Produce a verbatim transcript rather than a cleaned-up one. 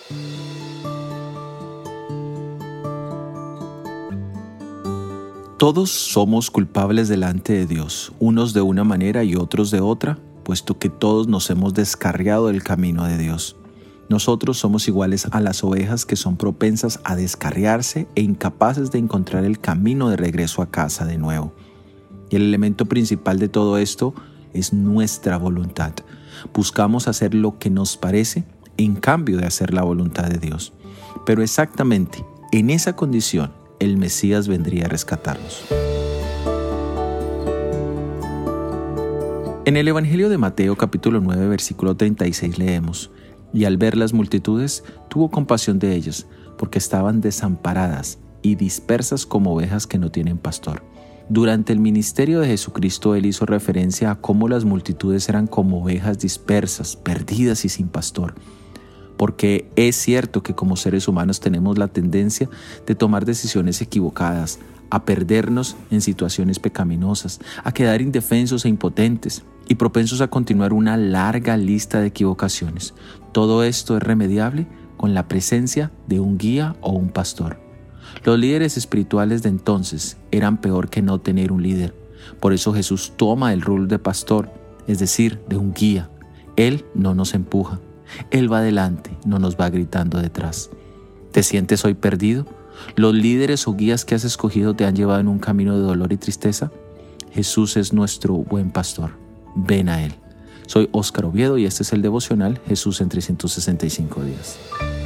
Todos somos culpables delante de Dios, unos de una manera y otros de otra, puesto que todos nos hemos descarriado del camino de Dios. Nosotros somos iguales a las ovejas que son propensas a descarriarse e incapaces de encontrar el camino de regreso a casa de nuevo. Y el elemento principal de todo esto es nuestra voluntad. Buscamos hacer lo que nos parece en cambio de hacer la voluntad de Dios. Pero exactamente en esa condición, el Mesías vendría a rescatarnos. En el Evangelio de Mateo capítulo nueve versículo treinta y seis leemos: y al ver las multitudes tuvo compasión de ellas, porque estaban desamparadas y dispersas como ovejas que no tienen pastor. Durante el ministerio de Jesucristo, él hizo referencia a cómo las multitudes eran como ovejas dispersas, perdidas y sin pastor. Porque es cierto que como seres humanos tenemos la tendencia de tomar decisiones equivocadas, a perdernos en situaciones pecaminosas, a quedar indefensos e impotentes y propensos a continuar una larga lista de equivocaciones. Todo esto es remediable con la presencia de un guía o un pastor. Los líderes espirituales de entonces eran peor que no tener un líder. Por eso Jesús toma el rol de pastor, es decir, de un guía. Él no nos empuja. Él va adelante, no nos va gritando detrás. ¿Te sientes hoy perdido? ¿Los líderes o guías que has escogido te han llevado en un camino de dolor y tristeza? Jesús es nuestro buen pastor. Ven a Él. Soy Óscar Oviedo y este es el devocional Jesús en trescientos sesenta y cinco días.